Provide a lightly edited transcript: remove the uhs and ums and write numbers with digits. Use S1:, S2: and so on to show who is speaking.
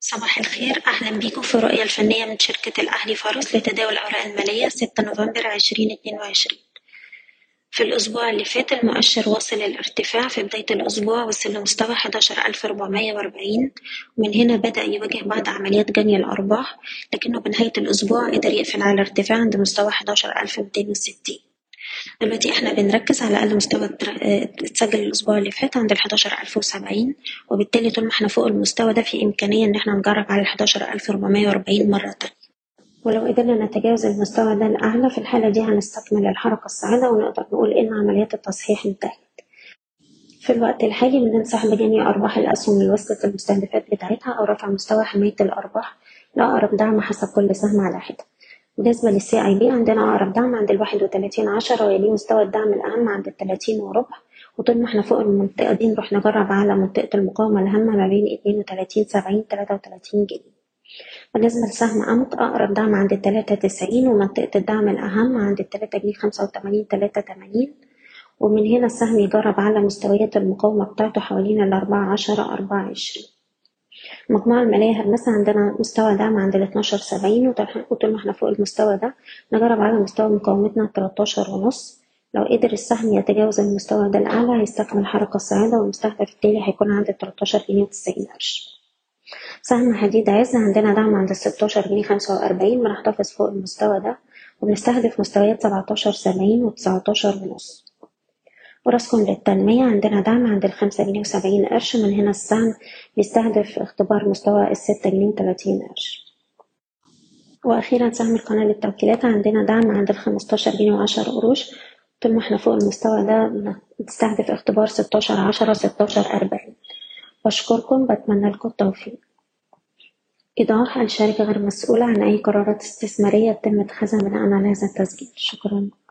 S1: صباح الخير، أهلا بيكم في الرؤية الفنية من شركة الأهلي فارس لتداول الأوراق المالية 6 نوفمبر 2022. في الأسبوع اللي فات المؤشر واصل الارتفاع. في بداية الأسبوع وصل لمستوى 11440، ومن هنا بدأ يواجه بعض عمليات جني الأرباح، لكنه بنهاية الأسبوع قدر يقفل على ارتفاع عند مستوى 11260. دلوقتي احنا بنركز على أقل مستوى اتسجل الأسبوع اللي فات عند 11070، وبالتالي طول ما احنا فوق المستوى ده في إمكانية إن احنا نجرب على 11440 مرة تانية. ولو قدرنا نتجاوز المستوى ده الأعلى، في الحالة دي هنستكمل الحركة الصاعدة ونقدر نقول إن عمليات التصحيح انتهت. في الوقت الحالي بننصح بجني أرباح الأسهم اللي وصلت المستهدفات بتاعتها أو رفع مستوى حماية الأرباح لأقرب دعم حسب كل سهم على حدة. بالنسبة للسي اي بي عندنا أقرب دعم عند 31.10، ويليه مستوى الدعم الأهم عند 30.25، وطول ما احنا فوق المنطقة دي نروح نجرب على منطقة المقاومة الهامة ما بين 32.70 33 جنيه. بالنسبة لسهم أمت أقرب دعم عند 93، ومنطقة الدعم الأهم عند 3.85 83، ومن هنا السهم يجرب على مستويات المقاومة بتاعته حوالين 14 24. المجموعة المالية هندسة عندنا مستوى دعم عند 12.70، وطول ما احنا فوق المستوى ده نجرب على مستوى مقاومتنا 13.5. لو قدر السهم يتجاوز المستوى ده الأعلى هيستكمل حركة صاعدة، والمستهدف التالي هيكون عند 13.90 جنيه. سهم حديد عز عندنا دعم عند 16.45، بنحتفظ فوق المستوى ده وبنستهدف مستويات 17.70 و19.5. وراسكم للتنمية عندنا دعم عند 5.70 جنيه، من هنا السهم بيستهدف اختبار مستوى 6.30 جنيه. وأخيرا سهم القناة للتوكيلات عندنا دعم عند 15 جنيه و10 قروش. طول ما احنا فوق المستوى ده بنستهدف اختبار 16.10 16.40. بشكركم، بتمنى لكم التوفيق. إيضاح: الشركة غير مسؤولة عن أي قرارات استثمارية تم اتخاذها بناءً على هذا التسجيل. شكراً.